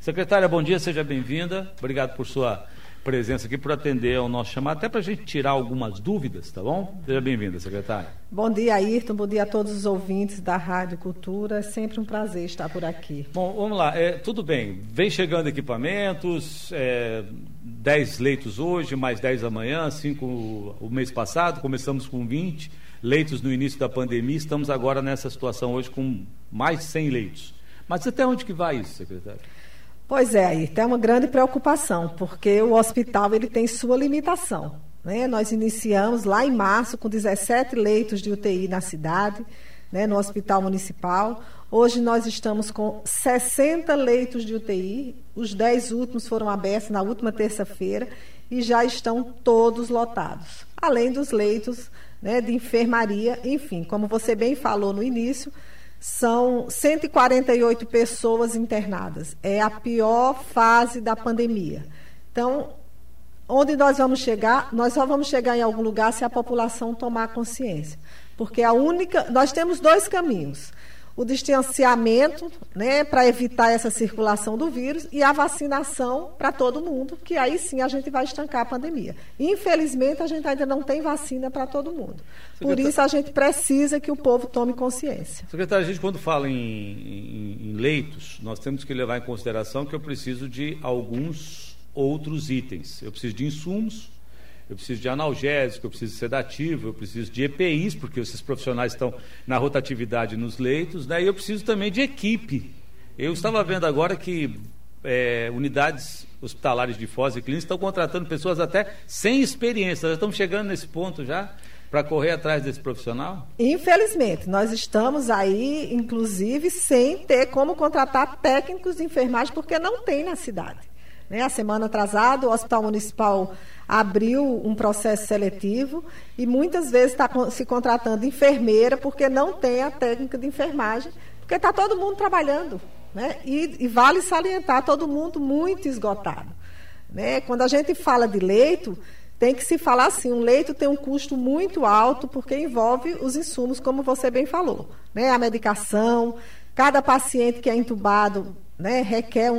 Secretária, bom dia, seja bem-vinda. Obrigado por sua presença aqui, por atender ao nosso chamado, até para a gente tirar algumas dúvidas, tá bom? Seja bem-vinda, secretária. Bom dia, Ayrton, bom dia a todos os ouvintes da Rádio Cultura, é sempre um prazer estar por aqui. Bom, vamos lá, tudo bem, vem chegando equipamentos, 10 leitos hoje, mais 10 amanhã, 5 o mês passado, começamos com 20 leitos no início da pandemia, estamos agora nessa situação hoje com mais de 100 leitos. Mas até onde que vai isso, secretária? Pois é, aí tem uma grande preocupação, porque o hospital ele tem sua limitação, né? Nós iniciamos lá em março com 17 leitos de UTI na cidade, né, no Hospital Municipal. Hoje nós estamos com 60 leitos de UTI, os 10 últimos foram abertos na última terça-feira e já estão todos lotados, além dos leitos, né, de enfermaria, enfim, como você bem falou no início, são 148 pessoas internadas. É a pior fase da pandemia. Então, onde nós vamos chegar? Nós só vamos chegar em algum lugar se a população tomar consciência. Porque nós temos 2 caminhos. O distanciamento, né, para evitar essa circulação do vírus, e a vacinação para todo mundo, que aí sim a gente vai estancar a pandemia. Infelizmente, a gente ainda não tem vacina para todo mundo. Por isso, a gente precisa que o povo tome consciência. Secretário, a gente quando fala em leitos, nós temos que levar em consideração que eu preciso de alguns outros itens. Eu preciso de insumos, eu preciso de analgésico, eu preciso de sedativo, eu preciso de EPIs, porque esses profissionais estão na rotatividade nos leitos, né? E eu preciso também de equipe. Eu estava vendo agora que unidades hospitalares de Foz e clínicas estão contratando pessoas até sem experiência. Nós estamos chegando nesse ponto já para correr atrás desse profissional? Infelizmente, nós estamos aí, inclusive, sem ter como contratar técnicos de enfermagem, porque não tem na cidade. Né? A semana atrasada, o Hospital Municipal abriu um processo seletivo e muitas vezes está se contratando enfermeira porque não tem a técnica de enfermagem, porque está todo mundo trabalhando, né? E vale salientar, todo mundo muito esgotado, né? Quando a gente fala de leito, tem que se falar assim, um leito tem um custo muito alto porque envolve os insumos, como você bem falou, né? A medicação, cada paciente que é entubado, né, requer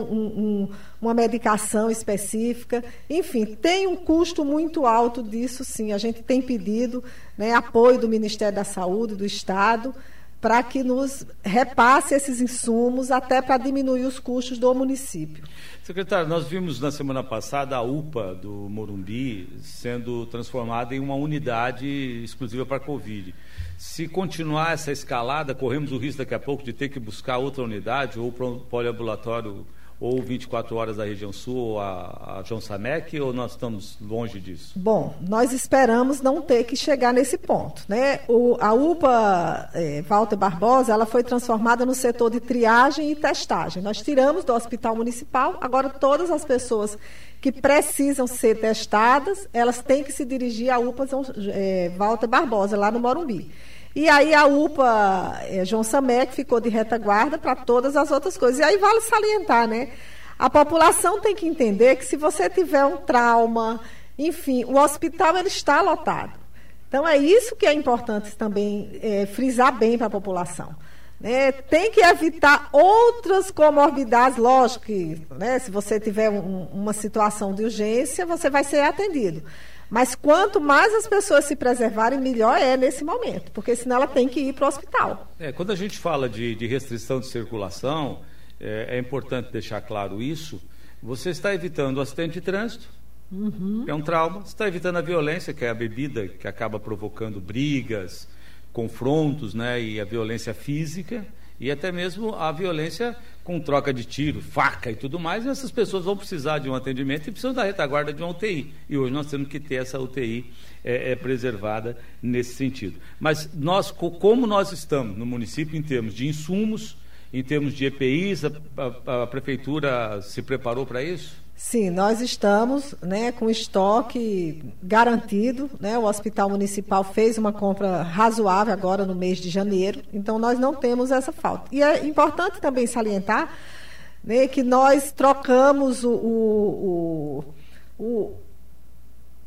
uma medicação específica, enfim, tem um custo muito alto disso, sim. A gente tem pedido, né, apoio do Ministério da Saúde, do Estado, para que nos repasse esses insumos, até para diminuir os custos do município. Secretário, nós vimos na semana passada a UPA do Morumbi sendo transformada em uma unidade exclusiva para a Covid. Se continuar essa escalada, corremos o risco daqui a pouco de ter que buscar outra unidade, ou para um poliambulatório, ou 24 horas da região sul, ou a João Samec, ou nós estamos longe disso? Bom, nós esperamos não ter que chegar nesse ponto, né? A UPA Walter Barbosa, ela foi transformada no setor de triagem e testagem. Nós tiramos do Hospital Municipal, agora todas as pessoas que precisam ser testadas, elas têm que se dirigir à UPA Walter Barbosa, lá no Morumbi. E aí a UPA João Samec ficou de retaguarda para todas as outras coisas. E aí vale salientar, né? A população tem que entender que se você tiver um trauma, enfim, o hospital ele está lotado. Então é isso que é importante também frisar bem para a população. Né? Tem que evitar outras comorbidades, lógico que, né, se você tiver uma situação de urgência, você vai ser atendido. Mas quanto mais as pessoas se preservarem, melhor é nesse momento, porque senão ela tem que ir para o hospital. Quando a gente fala de restrição de circulação, é importante deixar claro isso, você está evitando o acidente de trânsito, que é um trauma, você está evitando a violência, que é a bebida que acaba provocando brigas, confrontos, né, e a violência física, e até mesmo a violência com troca de tiro, faca e tudo mais, e essas pessoas vão precisar de um atendimento e precisam da retaguarda de uma UTI. E hoje nós temos que ter essa UTI preservada nesse sentido. Mas como nós estamos no município em termos de insumos, em termos de EPIs, a Prefeitura se preparou para isso? Sim, nós estamos, né, com estoque garantido, né? O Hospital Municipal fez uma compra razoável agora no mês de janeiro, então nós não temos essa falta. E é importante também salientar, né, que nós trocamos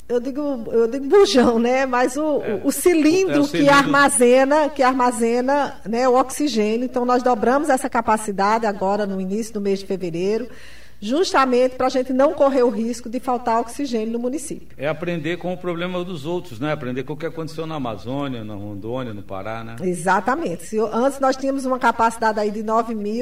eu digo bujão, né? Mas o cilindro, que armazena, né, o oxigênio. Então, nós dobramos essa capacidade agora no início do mês de fevereiro, justamente para a gente não correr o risco de faltar oxigênio no município. É aprender com o problema dos outros, né? Aprender com o que aconteceu na Amazônia, na Rondônia, no Pará, né? Exatamente. Antes nós tínhamos uma capacidade aí de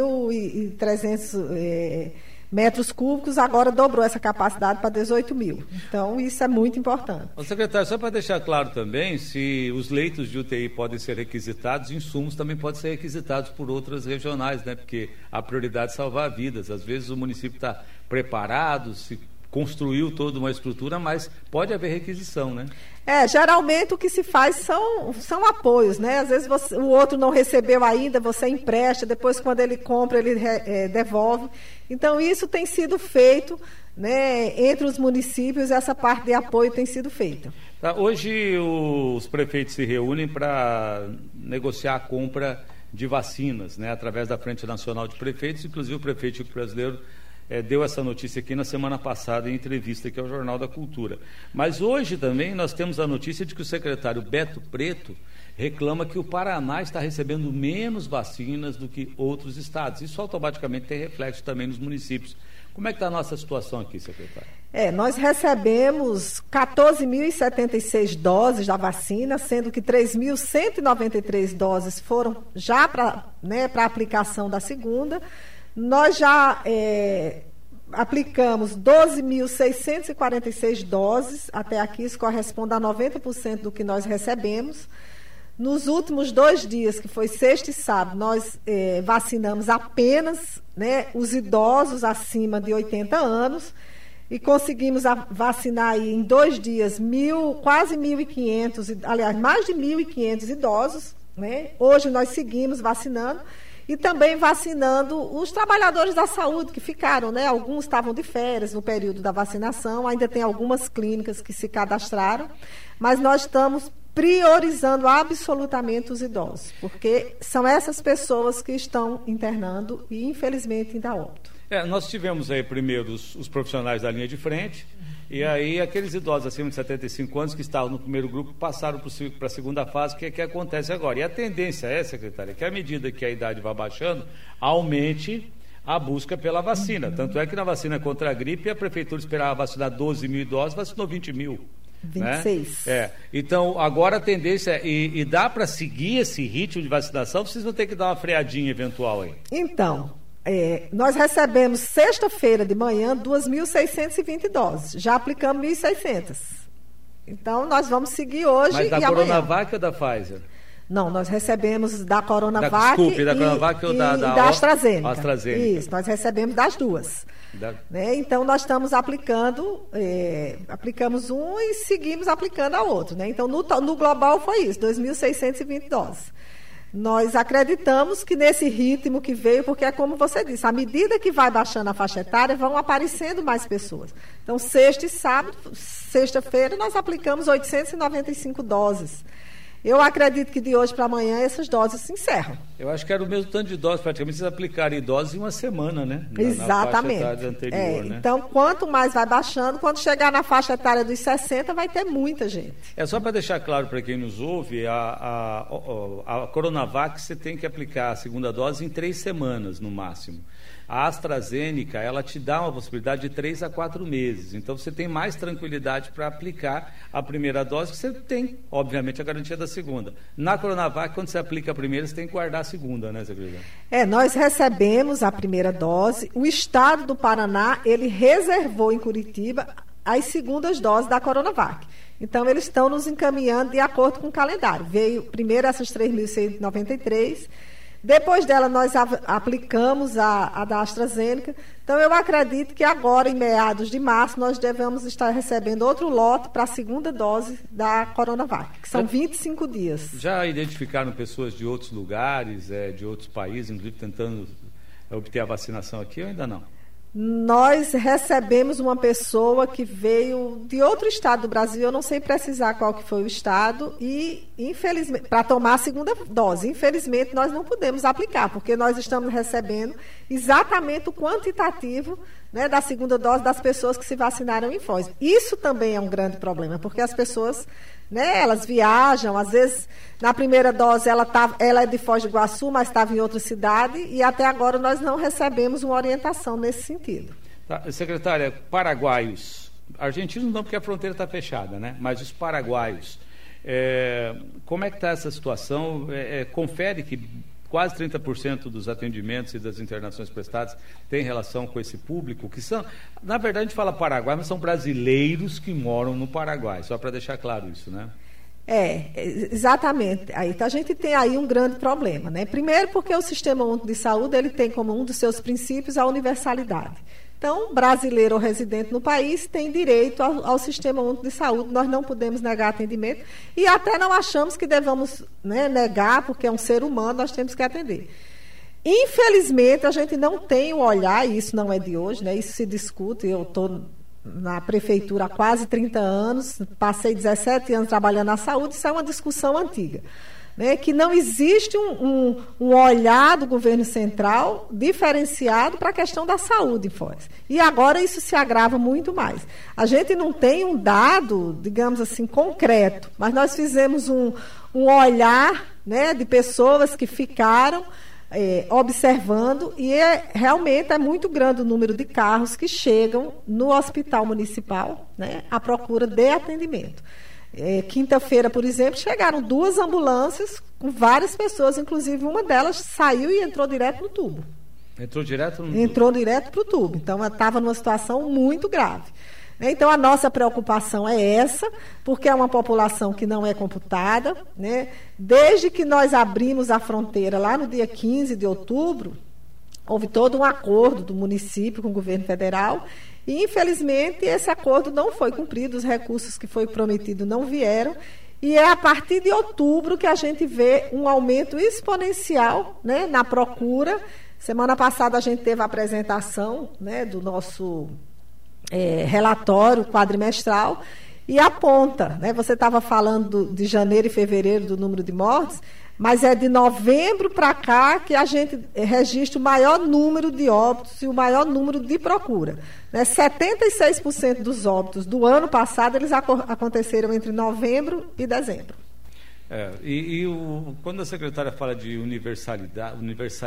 9.300 metros cúbicos, agora dobrou essa capacidade para 18 mil. Então, isso é muito importante. Ô, secretário, só para deixar claro também, se os leitos de UTI podem ser requisitados, insumos também podem ser requisitados por outras regionais, né? Porque a prioridade é salvar vidas. Às vezes o município está preparado, se construiu toda uma estrutura, mas pode haver requisição, né? Geralmente o que se faz são apoios, né? Às vezes o outro não recebeu ainda, você empresta, depois quando ele compra, ele devolve. Então, isso tem sido feito, né, entre os municípios, essa parte de apoio tem sido feita. Tá, hoje os prefeitos se reúnem para negociar a compra de vacinas, né, através da Frente Nacional de Prefeitos, inclusive o prefeito Chico Brasileiro deu essa notícia aqui na semana passada em entrevista aqui ao Jornal da Cultura. Mas hoje também nós temos a notícia de que o secretário Beto Preto reclama que o Paraná está recebendo menos vacinas do que outros estados. Isso automaticamente tem reflexo também nos municípios. Como é que está a nossa situação aqui, secretário? Nós recebemos 14.076 doses da vacina, sendo que 3.193 doses foram já para aplicação da segunda. Nós já aplicamos 12.646 doses, até aqui isso corresponde a 90% do que nós recebemos. Nos últimos 2 dias, que foi sexta e sábado, nós vacinamos apenas, né, os idosos acima de 80 anos e conseguimos vacinar aí em 2 dias quase 1.500, aliás, mais de 1.500 idosos, né? Hoje nós seguimos vacinando. E também vacinando os trabalhadores da saúde que ficaram, né? Alguns estavam de férias no período da vacinação, ainda tem algumas clínicas que se cadastraram, mas nós estamos priorizando absolutamente os idosos, porque são essas pessoas que estão internando e, infelizmente, ainda óbito. Nós tivemos aí primeiro os profissionais da linha de frente, e aí aqueles idosos acima de 75 anos que estavam no primeiro grupo passaram para a segunda fase, que é que acontece agora. E a tendência é, secretária, que à medida que a idade vai baixando, aumente a busca pela vacina. Tanto é que na vacina contra a gripe, a prefeitura esperava vacinar 12 mil idosos, vacinou 20 mil. 26. Né? Então, agora a tendência e dá para seguir esse ritmo de vacinação, vocês vão ter que dar uma freadinha eventual aí. Então, nós recebemos sexta-feira de manhã 2.620 doses. Já aplicamos 1.600. Então, nós vamos seguir hoje e amanhã. Mas da Coronavac ou da Pfizer? Não, nós recebemos da Coronavac da Coronavac ou da AstraZeneca. AstraZeneca. Isso, nós recebemos das duas. Né? Então, nós estamos aplicamos um e seguimos aplicando a outro. Né? Então, no global foi isso, 2.620 doses. Nós acreditamos que nesse ritmo que veio, porque é como você disse, à medida que vai baixando a faixa etária, vão aparecendo mais pessoas. Então, sexta e sábado, sexta-feira, nós aplicamos 895 doses. Eu acredito que de hoje para amanhã essas doses se encerram. Eu acho que era o mesmo tanto de doses, praticamente vocês aplicarem doses em uma semana, né? Exatamente. Na faixa etária anterior, né? Então, quanto mais vai baixando, quando chegar na faixa etária dos 60, vai ter muita gente. Só para deixar claro para quem nos ouve, a Coronavac você tem que aplicar a segunda dose em 3 semanas, no máximo. A AstraZeneca, ela te dá uma possibilidade de 3 a 4 meses. Então, você tem mais tranquilidade para aplicar a primeira dose, que você tem, obviamente, a garantia da segunda. Na Coronavac, quando você aplica a primeira, você tem que guardar a segunda, né, secretária? Nós recebemos a primeira dose. O estado do Paraná, ele reservou em Curitiba as segundas doses da Coronavac. Então, eles estão nos encaminhando de acordo com o calendário. Veio primeiro essas 3.193. Depois dela, nós aplicamos a da AstraZeneca. Então, eu acredito que agora, em meados de março, nós devemos estar recebendo outro lote para a segunda dose da Coronavac, que são 25 dias. Já identificaram pessoas de outros lugares, de outros países, inclusive tentando obter a vacinação aqui ou ainda não? nós recebemos uma pessoa que veio de outro estado do Brasil, eu não sei precisar qual que foi o estado, e infelizmente, para tomar a segunda dose, infelizmente nós não podemos aplicar, porque nós estamos recebendo exatamente o quantitativo, né, da segunda dose das pessoas que se vacinaram em Foz. Isso também é um grande problema, porque as pessoas, né, elas viajam, às vezes na primeira dose ela é de Foz do Iguaçu, mas estava em outra cidade, e até agora nós não recebemos uma orientação nesse sentido. Tá, secretária, paraguaios, argentinos não, porque a fronteira está fechada, né? Mas os paraguaios, como é que está essa situação? Confere que quase 30% dos atendimentos e das internações prestadas tem relação com esse público, que são, na verdade a gente fala Paraguai, mas são brasileiros que moram no Paraguai, só para deixar claro isso, né? Exatamente. Aí, então, a gente tem aí um grande problema, né? Primeiro porque o Sistema Único de Saúde, ele tem como um dos seus princípios a universalidade. Então, brasileiro ou residente no país tem direito ao Sistema Único de Saúde, nós não podemos negar atendimento e até não achamos que devamos, né, negar, porque é um ser humano, nós temos que atender. Infelizmente, a gente não tem o olhar, e isso não é de hoje, né, isso se discute, eu estou na prefeitura há quase 30 anos, passei 17 anos trabalhando na saúde, isso é uma discussão antiga. Né, que não existe um olhar do governo central diferenciado para a questão da saúde em Foz. E agora isso se agrava muito mais. A gente não tem um dado, digamos assim, concreto, mas nós fizemos um olhar, né, de pessoas que ficaram observando e realmente é muito grande o número de carros que chegam no hospital municipal, né, à procura de atendimento. Quinta-feira, por exemplo, chegaram 2 ambulâncias com várias pessoas, inclusive uma delas saiu e entrou direto no tubo. Entrou direto no tubo? Entrou direto para o tubo. Então, estava numa situação muito grave. Então, a nossa preocupação é essa, porque é uma população que não é computada, né? Desde que nós abrimos a fronteira lá no dia 15 de outubro, houve todo um acordo do município com o governo federal e, infelizmente, esse acordo não foi cumprido, os recursos que foi prometido não vieram, e é a partir de outubro que a gente vê um aumento exponencial, né, na procura. Semana passada a gente teve a apresentação, né, do nosso relatório quadrimestral e aponta, né, você estava falando de janeiro e fevereiro do número de mortes, mas é de novembro para cá que a gente registra o maior número de óbitos e o maior número de procura. Né? 76% dos óbitos do ano passado, eles aconteceram entre novembro e dezembro. Quando a secretária fala de universalidade,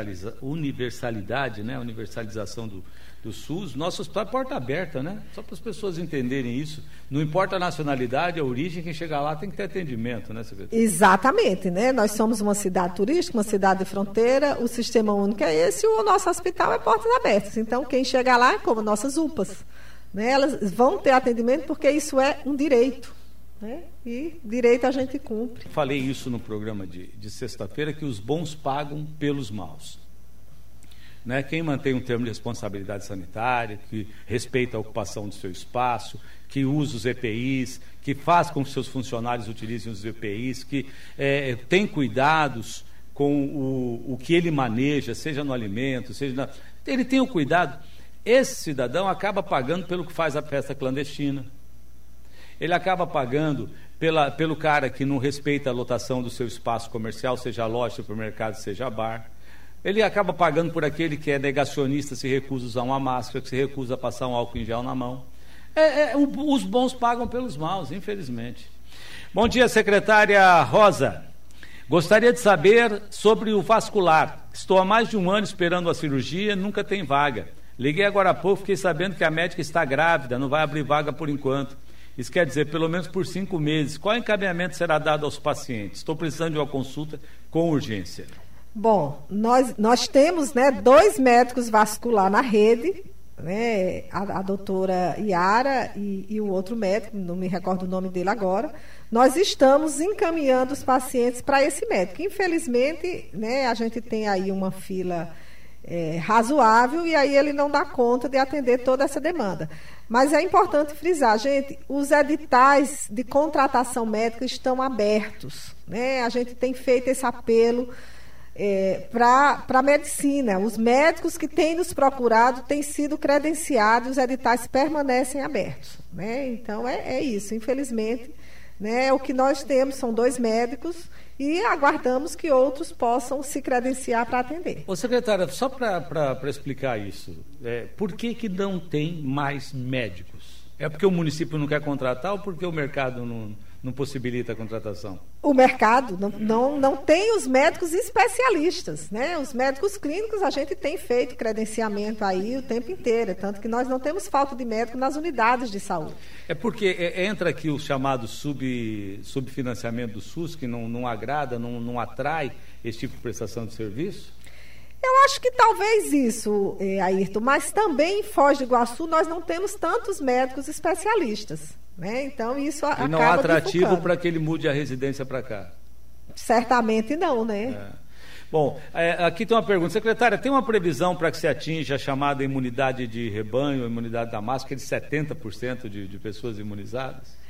né? Universalização do SUS, nosso hospital é porta aberta, né? Só para as pessoas entenderem isso. Não importa a nacionalidade, a origem, quem chegar lá tem que ter atendimento, né, secretária? Exatamente, né? Nós somos uma cidade turística, uma cidade de fronteira, o sistema único é esse, o nosso hospital é portas abertas. Então, quem chegar lá, como nossas UPAs, né? Elas vão ter atendimento porque isso é um direito. Né? E direito a gente cumpre. Falei isso no programa de sexta-feira, que os bons pagam pelos maus. Né? Quem mantém um termo de responsabilidade sanitária, que respeita a ocupação do seu espaço, que usa os EPIs, que faz com que seus funcionários utilizem os EPIs, que tem cuidados com o que ele maneja, seja no alimento, ele tem o cuidado. Esse cidadão acaba pagando pelo que faz a festa clandestina. Ele acaba pagando pelo cara que não respeita a lotação do seu espaço comercial, seja loja, supermercado, seja bar. Ele acaba pagando por aquele que é negacionista, se recusa a usar uma máscara, que se recusa a passar um álcool em gel na mão. Os bons pagam pelos maus, infelizmente. Bom dia, secretária Rosa. Gostaria de saber sobre o vascular. Estou há mais de um ano esperando a cirurgia, nunca tem vaga. Liguei agora há pouco, fiquei sabendo que a médica está grávida, não vai abrir vaga por enquanto. Isso quer dizer, pelo menos por 5 meses. Qual encaminhamento será dado aos pacientes? Estou precisando de uma consulta com urgência. Bom, nós temos, né, 2 médicos vascular na rede, né, a doutora Yara e o outro médico, não me recordo o nome dele agora. Nós estamos encaminhando os pacientes para esse médico. Infelizmente, né, a gente tem aí uma fila razoável e aí ele não dá conta de atender toda essa demanda. Mas é importante frisar, gente, os editais de contratação médica estão abertos, né? A gente tem feito esse apelo para a medicina. Os médicos que têm nos procurado têm sido credenciados e os editais permanecem abertos, né? Então, é isso, infelizmente, né? O que nós temos são 2 médicos e aguardamos que outros possam se credenciar para atender. Ô, secretária, só para explicar isso, por que não tem mais médicos? É porque o município não quer contratar ou porque o mercado não possibilita a contratação? O mercado não tem os médicos especialistas, né? Os médicos clínicos, a gente tem feito credenciamento aí o tempo inteiro, tanto que nós não temos falta de médico nas unidades de saúde. É porque entra aqui o chamado subfinanciamento do SUS, que não agrada, não atrai esse tipo de prestação de serviço? Eu acho que talvez isso, Ayrton, mas também em Foz do Iguaçu nós não temos tantos médicos especialistas, né? Então isso acaba. E não é atrativo para que ele mude a residência para cá? Certamente não, né? Bom, aqui tem uma pergunta. Secretária, tem uma previsão para que se atinja a chamada imunidade de rebanho, imunidade da massa, aqueles 70% de pessoas imunizadas?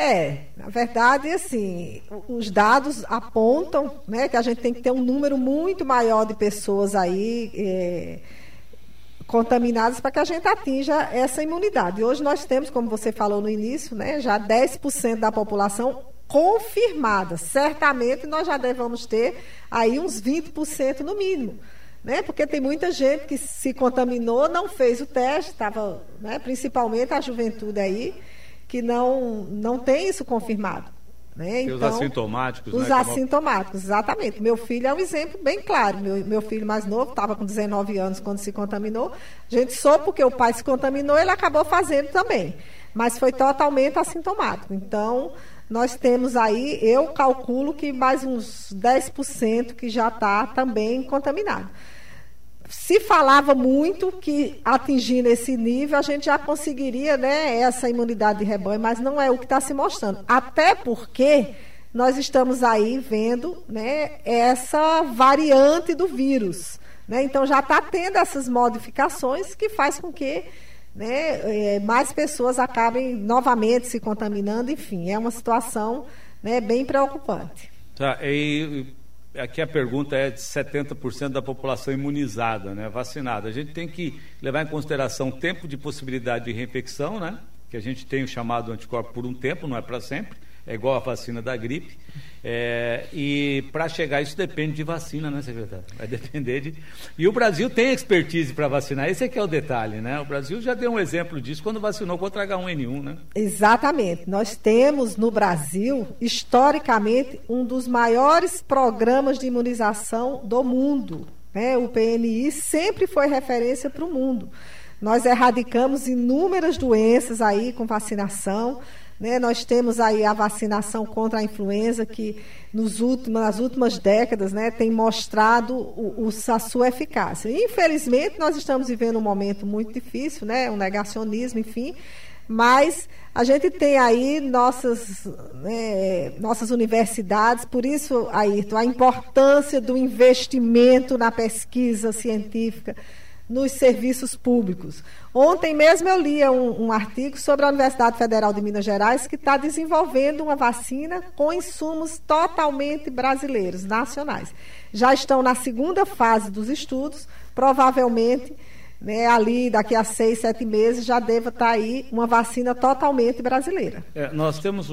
Na verdade, assim, os dados apontam, né, que a gente tem que ter um número muito maior de pessoas aí contaminadas para que a gente atinja essa imunidade. E hoje nós temos, como você falou no início, né, já 10% da população confirmada. Certamente nós já devemos ter aí uns 20% no mínimo, né, porque tem muita gente que se contaminou, não fez o teste, estava, né, principalmente a juventude aí, que não tem isso confirmado, né? Então, os assintomáticos, os assintomáticos, exatamente. Meu filho é um exemplo bem claro. Meu filho mais novo estava com 19 anos quando se contaminou. A gente soube porque o pai se contaminou, ele acabou fazendo também. Mas foi totalmente assintomático. Então, nós temos aí, eu calculo que mais uns 10% que já está também contaminado. Se falava muito que atingindo esse nível a gente já conseguiria, né, essa imunidade de rebanho, mas não é o que está se mostrando. Até porque nós estamos aí vendo, né, essa variante do vírus, né? Então já está tendo essas modificações que faz com que, né, mais pessoas acabem novamente se contaminando. Enfim, é uma situação, né, bem preocupante. Tá, aqui a pergunta é de 70% da população imunizada, né, vacinada. A gente tem que levar em consideração o tempo de possibilidade de reinfecção, né, que a gente tem o chamado anticorpo por um tempo, não é para sempre, é igual a vacina da gripe. E para chegar, isso depende de vacina, né, secretário? Vai depender de... E o Brasil tem expertise para vacinar, esse aqui é o detalhe, né? O Brasil já deu um exemplo disso quando vacinou contra H1N1, né? Exatamente. Nós temos no Brasil, historicamente, um dos maiores programas de imunização do mundo, né? O PNI sempre foi referência para o mundo. Nós erradicamos inúmeras doenças aí com vacinação, né? Nós temos aí a vacinação contra a influenza que nas últimas décadas, né, tem mostrado a sua eficácia. Infelizmente, nós estamos vivendo um momento muito difícil, né, um negacionismo, enfim, mas a gente tem aí nossas universidades, por isso, Ayrton, a importância do investimento na pesquisa científica, nos serviços públicos. Ontem mesmo eu li um artigo sobre a Universidade Federal de Minas Gerais, que está desenvolvendo uma vacina com insumos totalmente brasileiros, nacionais. Já estão na segunda fase dos estudos, provavelmente, né, ali daqui a 6, 7 meses já deva estar aí uma vacina totalmente brasileira. Nós temos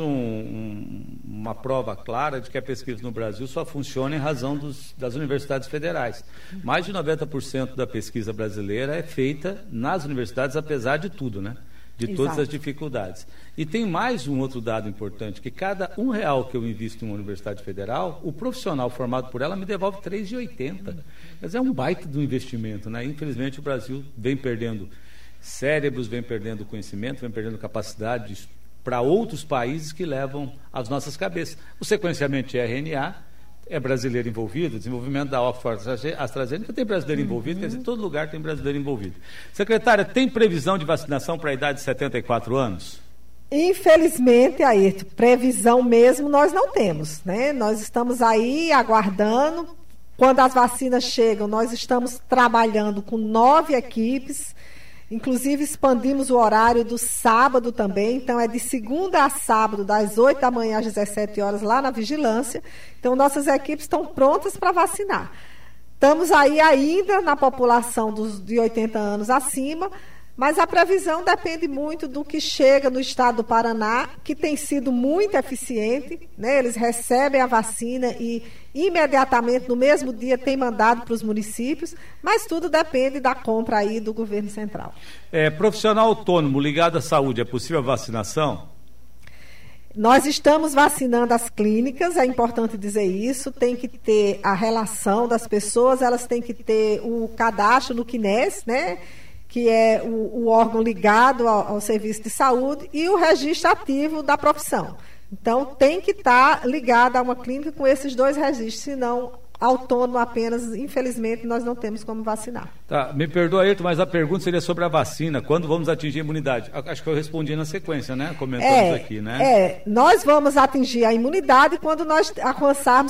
uma prova clara de que a pesquisa no Brasil só funciona em razão das universidades federais. Mais de 90% da pesquisa brasileira é feita nas universidades, apesar de tudo, né? De todas Exato. As dificuldades. E tem mais um outro dado importante, que cada R$1 que eu invisto em uma universidade federal, o profissional formado por ela me devolve R$3,80. Quer dizer, é um baita do investimento, né? Infelizmente o Brasil vem perdendo cérebros, vem perdendo conhecimento, vem perdendo capacidade para outros países que levam as nossas cabeças. O sequenciamento de RNA é brasileiro envolvido, o desenvolvimento da Oxford AstraZeneca tem brasileiro envolvido, quer dizer, todo lugar tem brasileiro envolvido. Secretária, tem previsão de vacinação para a idade de 74 anos? Infelizmente, Ayrton, previsão mesmo nós não temos, né? Nós estamos aí aguardando. Quando as vacinas chegam, nós estamos trabalhando com 9 equipes, inclusive expandimos o horário do sábado também, então é de segunda a sábado, das 8 da manhã às 17 horas, lá na Vigilância. Então, nossas equipes estão prontas para vacinar. Estamos aí ainda na população de 80 anos acima, mas a previsão depende muito do que chega no estado do Paraná, que tem sido muito eficiente, né? Eles recebem a vacina e imediatamente, no mesmo dia, tem mandado para os municípios, mas tudo depende da compra aí do governo central. Profissional autônomo ligado à saúde, é possível a vacinação? Nós estamos vacinando as clínicas, é importante dizer isso, tem que ter a relação das pessoas, elas têm que ter o cadastro no CNES, né? Que é o órgão ligado ao serviço de saúde, e o registro ativo da profissão. Então, tem que estar ligado a uma clínica com esses 2 registros, senão autônomo apenas, infelizmente, nós não temos como vacinar. Tá, me perdoa, Ayrton, mas a pergunta seria sobre a vacina. Quando vamos atingir a imunidade? Acho que eu respondi na sequência, né? Comentamos aqui, né? Nós vamos atingir a imunidade quando nós alcançarmos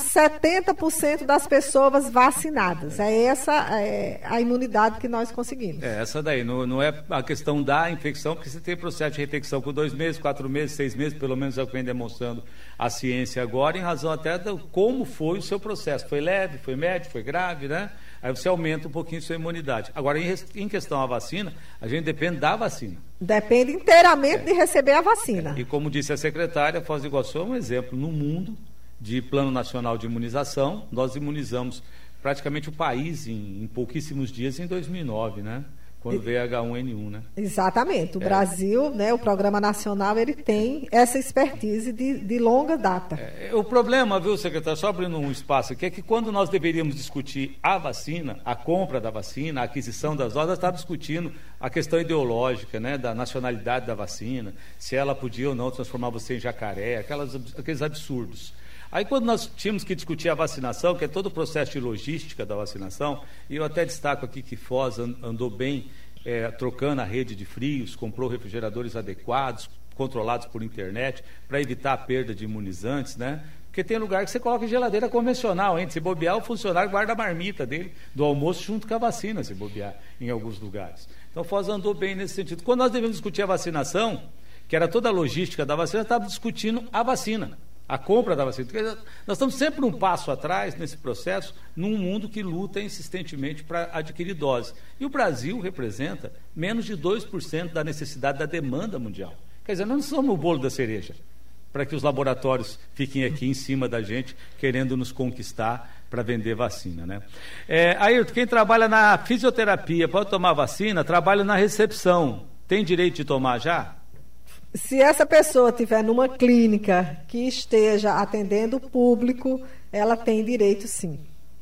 70% das pessoas vacinadas. Essa a imunidade que nós conseguimos. Essa daí, não é a questão da infecção, porque você tem processo de reinfecção com 2 meses, 4 meses, 6 meses, pelo menos é o que vem demonstrando a ciência agora, em razão até de como foi o seu processo. Foi leve, foi médio, foi grave, né? Aí você aumenta um pouquinho a sua imunidade. Agora, em questão à vacina, a gente depende da vacina. Depende inteiramente de receber a vacina. E como disse a secretária, Foz do Iguaçu é um exemplo no mundo de Plano Nacional de Imunização. Nós imunizamos praticamente o país em pouquíssimos dias em 2009, né? Quando veio H1N1, né? Exatamente. O Brasil, né, o Programa Nacional, ele tem essa expertise de longa data. O problema, viu, secretário, só abrindo um espaço aqui, é que quando nós deveríamos discutir a vacina, a compra da vacina, a aquisição das doses, nós estávamos discutindo a questão ideológica, né, da nacionalidade da vacina, se ela podia ou não transformar você em jacaré, aqueles absurdos. Aí quando nós tínhamos que discutir a vacinação, que é todo o processo de logística da vacinação, e eu até destaco aqui que Foz andou bem trocando a rede de frios, comprou refrigeradores adequados, controlados por internet, para evitar a perda de imunizantes, né? Porque tem lugar que você coloca em geladeira convencional, hein? Se bobear, o funcionário guarda a marmita dele do almoço junto com a vacina, se bobear, em alguns lugares. Então Foz andou bem nesse sentido. Quando nós devemos discutir a vacinação, que era toda a logística da vacina, estávamos discutindo a vacina. A compra da vacina. Nós estamos sempre um passo atrás nesse processo, num mundo que luta insistentemente para adquirir doses. E o Brasil representa menos de 2% da necessidade da demanda mundial. Quer dizer, nós não somos o bolo da cereja, para que os laboratórios fiquem aqui em cima da gente, querendo nos conquistar para vender vacina, né? Ayrton, quem trabalha na fisioterapia pode tomar vacina? Trabalha na recepção. Tem direito de tomar já? Se essa pessoa estiver numa clínica que esteja atendendo o público, ela tem direito, sim.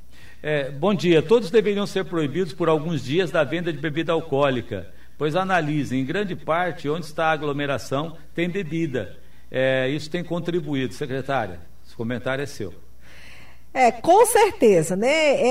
Bom dia. Todos deveriam ser proibidos por alguns dias da venda de bebida alcoólica, pois analisem, em grande parte, onde está a aglomeração, tem bebida. Isso tem contribuído. Secretária, esse comentário é seu. Com certeza, né?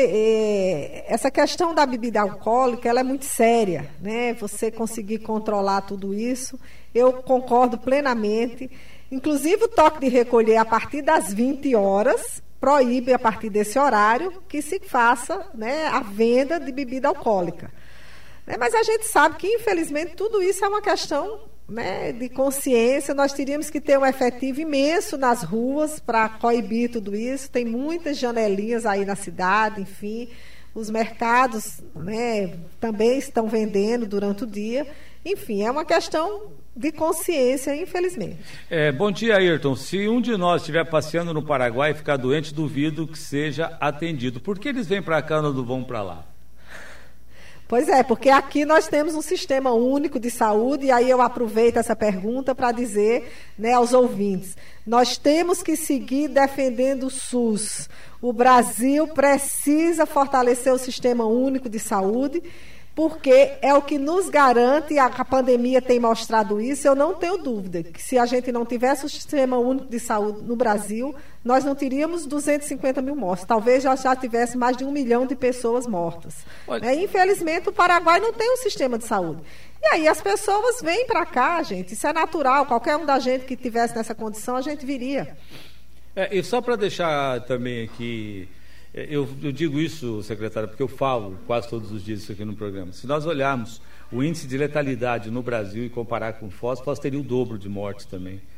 Essa questão da bebida alcoólica, ela é muito séria, né? Você conseguir controlar tudo isso, eu concordo plenamente. Inclusive o toque de recolher a partir das 20 horas, proíbe a partir desse horário que se faça, né, a venda de bebida alcoólica. Mas a gente sabe que, infelizmente, tudo isso é uma questão, né, de consciência. Nós teríamos que ter um efetivo imenso nas ruas para coibir tudo isso. Tem muitas janelinhas aí na cidade, enfim, os mercados, né, também estão vendendo durante o dia. Enfim, é uma questão de consciência, infelizmente. Bom dia, Ayrton. Se um de nós estiver passeando no Paraguai e ficar doente, duvido que seja atendido. Por que eles vêm para cá e não vão para lá? Pois é, porque aqui nós temos um sistema único de saúde, e aí eu aproveito essa pergunta para dizer, né, aos ouvintes, nós temos que seguir defendendo o SUS. O Brasil precisa fortalecer o sistema único de saúde, porque é o que nos garante, a pandemia tem mostrado isso. Eu não tenho dúvida que se a gente não tivesse o sistema único de saúde no Brasil, nós não teríamos 250 mil mortes, talvez já tivesse mais de 1 milhão de pessoas mortas. Infelizmente o Paraguai não tem um sistema de saúde. E aí as pessoas vêm para cá, gente, isso é natural, qualquer um da gente que estivesse nessa condição, a gente viria. E só para deixar também aqui, eu digo isso, secretária, porque eu falo quase todos os dias isso aqui no programa. Se nós olharmos o índice de letalidade no Brasil e comparar com Foz teria o dobro de mortes também.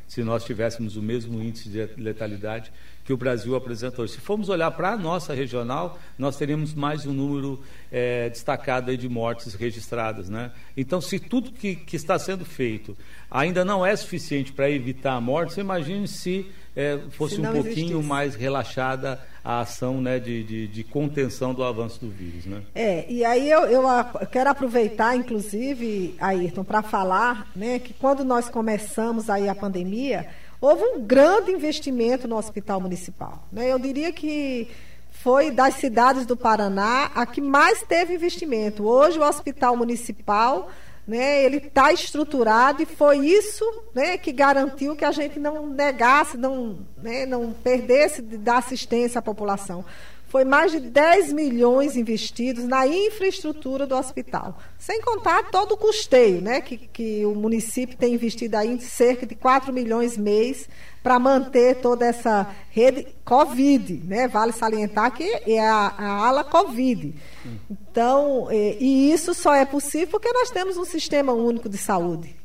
se nós tivéssemos o mesmo índice de letalidade que o Brasil apresentou. Se formos olhar para a nossa regional, nós teríamos mais um número destacado aí de mortes registradas, né? Então, se tudo que está sendo feito ainda não é suficiente para evitar a morte, você imagine se fosse um pouquinho mais relaxada a ação, né, de contenção do avanço do vírus, né? E aí eu quero aproveitar, inclusive, Ayrton, para falar, né, que quando nós começamos aí a pandemia, houve um grande investimento no Hospital Municipal, né? Eu diria que foi das cidades do Paraná a que mais teve investimento. Hoje o Hospital Municipal, né, ele está estruturado e foi isso, né, que garantiu que a gente não negasse, não perdesse de dar assistência à população. Foi mais de 10 milhões investidos na infraestrutura do hospital, sem contar todo o custeio, né, que o município tem investido aí em cerca de 4 milhões mês para manter toda essa rede Covid, né? Vale salientar que é a ala Covid. Então, e isso só é possível porque nós temos um sistema único de saúde.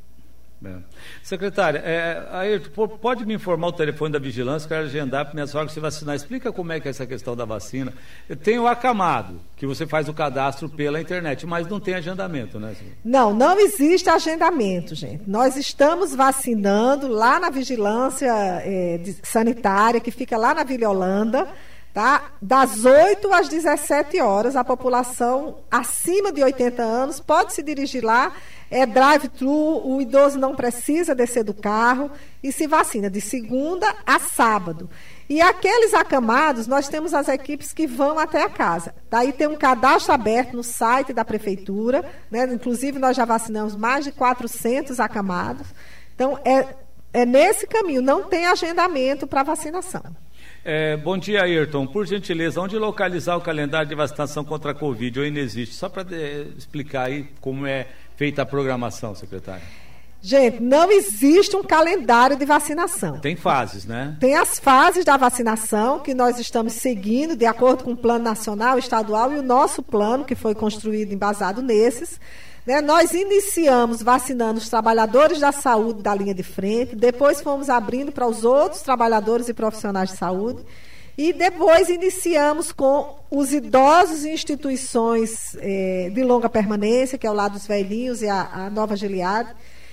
Secretária, Ayrton, pode me informar o telefone da vigilância, quero agendar para minha sogra se vacinar. Explica como é que é essa questão da vacina. Tem o acamado, que você faz o cadastro pela internet, mas não tem agendamento, né? Não existe agendamento, gente. Nós estamos vacinando lá na vigilância sanitária, que fica lá na Vila Holanda, tá? Das 8 às 17 horas, a população acima de 80 anos pode se dirigir lá. É drive-thru, o idoso não precisa descer do carro e se vacina de segunda a sábado. E aqueles acamados, nós temos as equipes que vão até a casa. Daí tem um cadastro aberto no site da prefeitura, né? Inclusive nós já vacinamos mais de 400 acamados. Então é nesse caminho, não tem agendamento para vacinação. Bom dia, Ayrton. Por gentileza, onde localizar o calendário de vacinação contra a Covid ou ainda existe? Só para explicar aí como é feita a programação, secretária. Gente, não existe um calendário de vacinação. Tem fases, né? Tem as fases da vacinação que nós estamos seguindo de acordo com o plano nacional, estadual e o nosso plano, que foi construído embasado nesses. Né? Nós iniciamos vacinando os trabalhadores da saúde da linha de frente, depois fomos abrindo para os outros trabalhadores e profissionais de saúde, e depois iniciamos com os idosos em instituições de longa permanência, que é o Lar dos Velhinhos e a Nova Gilead.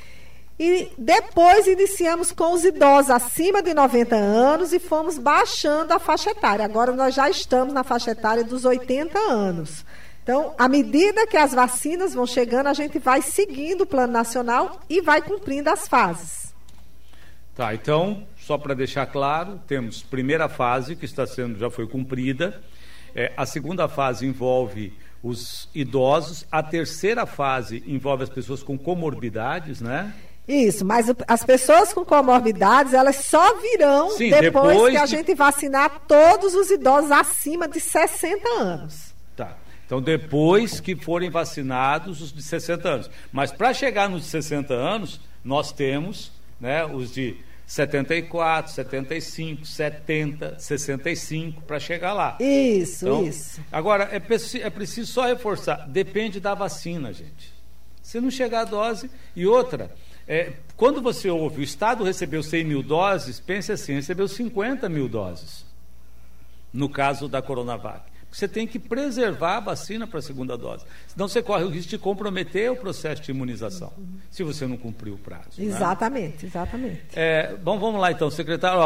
E depois iniciamos com os idosos acima de 90 anos e fomos baixando a faixa etária. Agora nós já estamos na faixa etária dos 80 anos. Então, à medida que as vacinas vão chegando, a gente vai seguindo o plano nacional e vai cumprindo as fases. Tá, então, só para deixar claro, temos primeira fase, que já foi cumprida, a segunda fase envolve os idosos, a terceira fase envolve as pessoas com comorbidades, né? Isso, mas as pessoas com comorbidades, elas só virão depois que a gente vacinar todos os idosos acima de 60 anos. Tá. Então, depois que forem vacinados os de 60 anos. Mas para chegar nos 60 anos, nós temos, né, os de 74, 75, 70, 65 para chegar lá. Isso, então, isso. Agora, é preciso só reforçar, depende da vacina, gente. Se não chegar a dose, e outra, quando você ouve, o Estado recebeu 100 mil doses, pense assim, recebeu 50 mil doses, no caso da Coronavac. Você tem que preservar a vacina para a segunda dose. Senão você corre o risco de comprometer o processo de imunização, se você não cumprir o prazo. Exatamente, né? Exatamente. Bom, vamos lá então, secretário.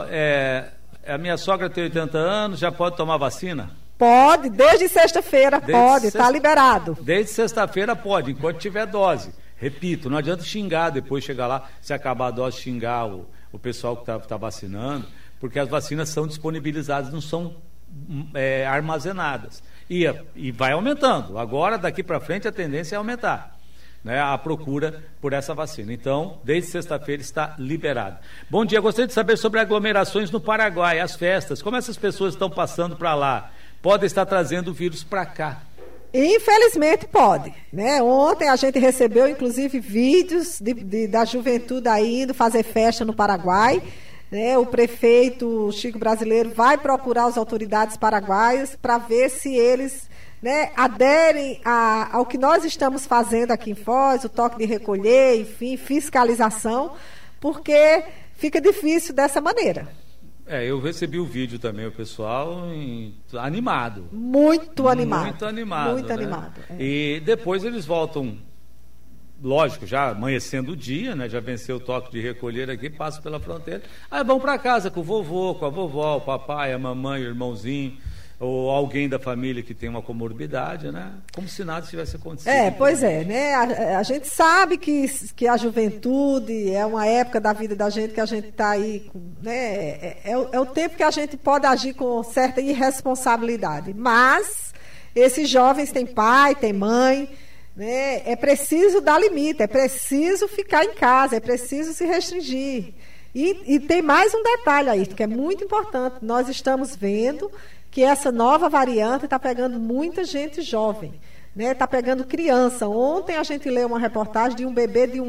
A minha sogra tem 80 anos, já pode tomar vacina? Pode, desde sexta-feira pode, está liberado. Desde sexta-feira pode, enquanto tiver dose. Repito, não adianta xingar, depois chegar lá, se acabar a dose, xingar o pessoal que está vacinando, porque as vacinas são disponibilizadas, não são armazenadas. E vai aumentando. Agora, daqui para frente, a tendência é aumentar, né, a procura por essa vacina. Então, desde sexta-feira está liberado. Bom dia, gostaria de saber sobre aglomerações no Paraguai, as festas, como essas pessoas estão passando para lá, podem estar trazendo o vírus para cá. Infelizmente pode, né? Ontem a gente recebeu, inclusive, vídeos da juventude aí indo fazer festa no Paraguai. Né? O prefeito Chico Brasileiro vai procurar as autoridades paraguaias para ver se eles, né, aderem ao que nós estamos fazendo aqui em Foz, o toque de recolher, enfim, fiscalização, porque fica difícil dessa maneira. Eu recebi o vídeo também, o pessoal animado. Muito animado. Muito animado. Muito né? animado. E depois eles voltam, lógico, já amanhecendo o dia, né? Já venceu o toque de recolher aqui, passam pela fronteira. Aí vão para casa com o vovô, com a vovó, o papai, a mamãe, o irmãozinho, ou alguém da família que tem uma comorbidade, né? Como se nada tivesse acontecido. Pois é, né? A gente sabe que a juventude é uma época da vida da gente que a gente está aí, né? É o tempo que a gente pode agir com certa irresponsabilidade. Mas esses jovens têm pai, têm mãe, né? É preciso dar limite, é preciso ficar em casa, é preciso se restringir. E tem mais um detalhe aí, que é muito importante. Nós estamos vendo que essa nova variante está pegando muita gente jovem, né? Está pegando criança. Ontem a gente leu uma reportagem de um bebê de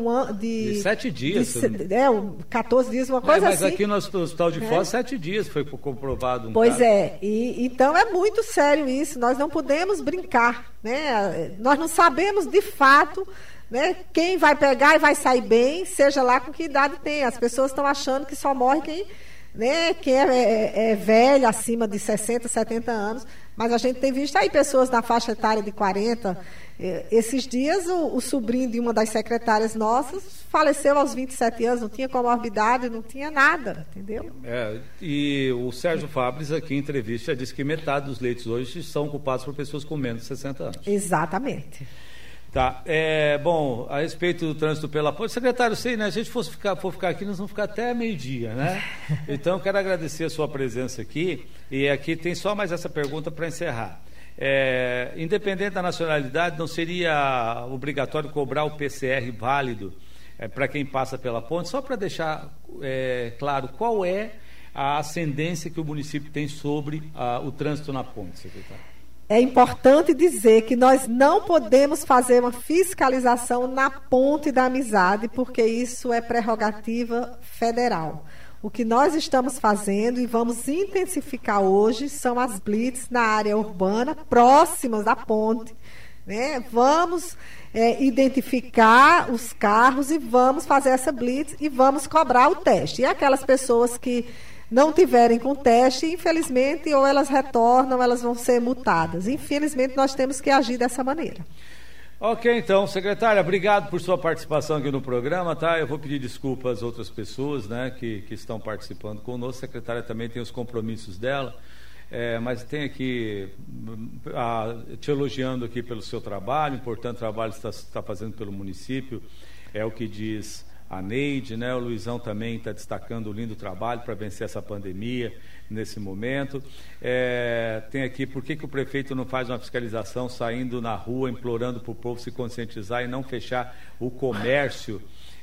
7 dias. 14 dias, uma coisa mas assim. Mas aqui no Hospital de Foz, 7 dias foi comprovado um Pois caso. Então é muito sério isso. Nós não podemos brincar, né? Nós não sabemos de fato, né, quem vai pegar e vai sair bem, seja lá com que idade tem. As pessoas estão achando que só morre quem é velho, acima de 60, 70 anos, mas a gente tem visto aí pessoas na faixa etária de 40. Esses dias, o sobrinho de uma das secretárias nossas faleceu aos 27 anos, não tinha comorbidade, não tinha nada, entendeu? E o Sérgio Fabres, aqui em entrevista, disse que metade dos leitos hoje são ocupados por pessoas com menos de 60 anos. Exatamente. Tá, bom, a respeito do trânsito pela ponte, secretário, sei, né, a gente for ficar aqui, nós vamos ficar até meio-dia, né? Então, quero agradecer a sua presença aqui, e aqui tem só mais essa pergunta para encerrar. Independente da nacionalidade, não seria obrigatório cobrar o PCR válido para quem passa pela ponte? Só para deixar claro, qual é a ascendência que o município tem sobre o trânsito na ponte, secretário? É importante dizer que nós não podemos fazer uma fiscalização na Ponte da Amizade, porque isso é prerrogativa federal. O que nós estamos fazendo e vamos intensificar hoje são as blitz na área urbana, próximas da ponte, né? Vamos identificar os carros e vamos fazer essa blitz e vamos cobrar o teste. E aquelas pessoas que não tiverem com teste, infelizmente, ou elas retornam, elas vão ser multadas. Infelizmente, nós temos que agir dessa maneira. Ok, então, secretária, obrigado por sua participação aqui no programa, tá? Eu vou pedir desculpas às outras pessoas, né, que estão participando conosco. A secretária também tem os compromissos dela, mas tem aqui, te elogiando aqui pelo seu trabalho, importante trabalho que você está fazendo pelo município, é o que diz a Neide, né? O Luizão também está destacando o lindo trabalho para vencer essa pandemia nesse momento. Tem aqui, por que o prefeito não faz uma fiscalização saindo na rua, implorando para o povo se conscientizar e não fechar o comércio?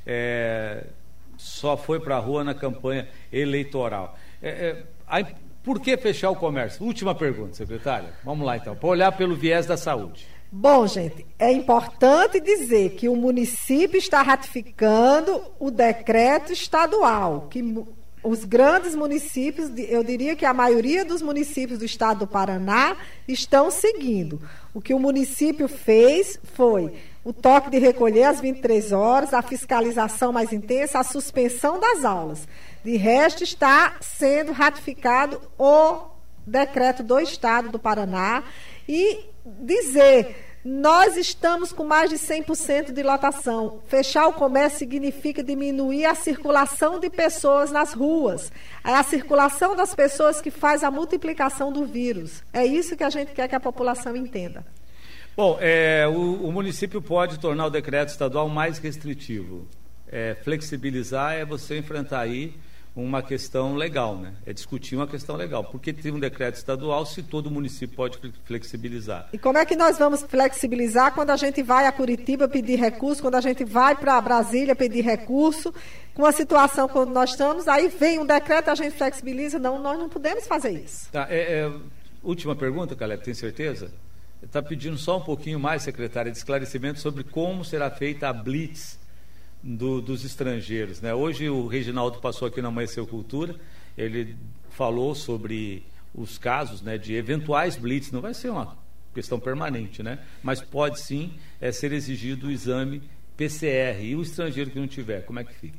Só foi para a rua na campanha eleitoral. Por que fechar o comércio? Última pergunta, secretária. Vamos lá, então, para olhar pelo viés da saúde. Bom, gente, é importante dizer que o município está ratificando o decreto estadual, que os grandes municípios, eu diria que a maioria dos municípios do estado do Paraná estão seguindo. O que o município fez foi o toque de recolher às 23 horas, a fiscalização mais intensa, a suspensão das aulas. De resto, está sendo ratificado o decreto do estado do Paraná e dizer, nós estamos com mais de 100% de lotação. Fechar o comércio significa diminuir a circulação de pessoas nas ruas. É a circulação das pessoas que faz a multiplicação do vírus. É isso que a gente quer que a população entenda. Bom, o município pode tornar o decreto estadual mais restritivo. Flexibilizar é você enfrentar aí uma questão legal, né? É discutir uma questão legal. Porque tem um decreto estadual se todo município pode flexibilizar. E como é que nós vamos flexibilizar quando a gente vai a Curitiba pedir recurso, quando a gente vai para Brasília pedir recurso, com a situação quando nós estamos, aí vem um decreto, a gente flexibiliza? Não, nós não podemos fazer isso. Tá, última pergunta, Caleb, tem certeza? Está pedindo só um pouquinho mais, secretária, de esclarecimento sobre como será feita a blitz dos estrangeiros, né? Hoje o Reginaldo passou aqui na Amanhecer Cultura, ele falou sobre os casos, né, de eventuais blitz, não vai ser uma questão permanente, né? Mas pode sim ser exigido o exame PCR, e o estrangeiro que não tiver, como é que fica?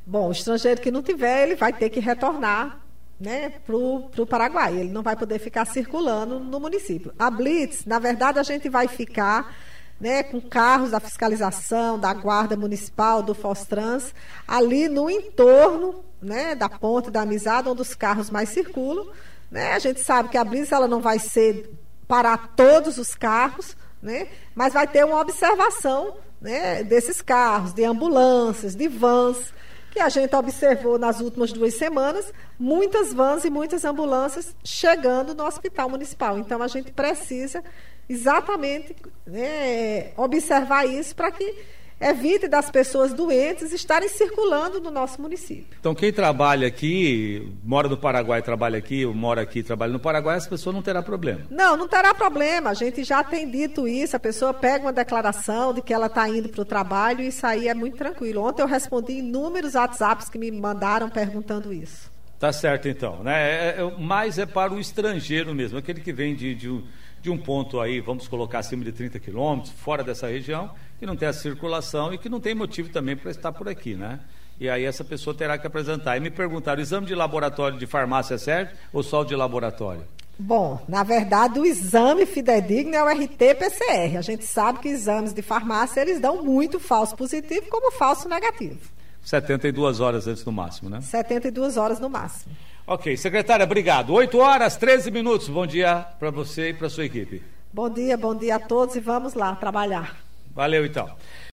Bom, o estrangeiro que não tiver, ele vai ter que retornar, né, para o Paraguai. Ele não vai poder ficar circulando no município. A Blitz, na verdade, a gente vai ficar, né, com carros da fiscalização, da Guarda Municipal, do Fostrans, ali no entorno, né, da Ponte da Amizade, onde os carros mais circulam. Né? A gente sabe que a Blitz ela não vai ser para todos os carros, né, mas vai ter uma observação, né, desses carros, de ambulâncias, de vans, que a gente observou nas últimas 2 semanas, muitas vans e muitas ambulâncias chegando no hospital municipal. Então, a gente precisa exatamente, né, observar isso para que evite das pessoas doentes estarem circulando no nosso município. Então, quem trabalha aqui, mora no Paraguai, trabalha aqui, ou mora aqui, trabalha no Paraguai, essa pessoa não terá problema. Não terá problema. A gente já tem dito isso. A pessoa pega uma declaração de que ela está indo para o trabalho e isso aí é muito tranquilo. Ontem eu respondi inúmeros WhatsApps que me mandaram perguntando isso. Tá certo, então. Né? Mais é para o estrangeiro mesmo, aquele que vem de um ponto aí, vamos colocar acima de 30 quilômetros, fora dessa região, que não tem a circulação e que não tem motivo também para estar por aqui, né? E aí essa pessoa terá que apresentar. E me perguntaram, o exame de laboratório de farmácia serve ou só o de laboratório? Bom, na verdade o exame fidedigno é o RT-PCR. A gente sabe que exames de farmácia, eles dão muito falso positivo como falso negativo. 72 horas antes no máximo, né? 72 horas no máximo. Ok, secretária, obrigado. 8h13. Bom dia para você e para a sua equipe. Bom dia a todos e vamos lá trabalhar. Valeu, então.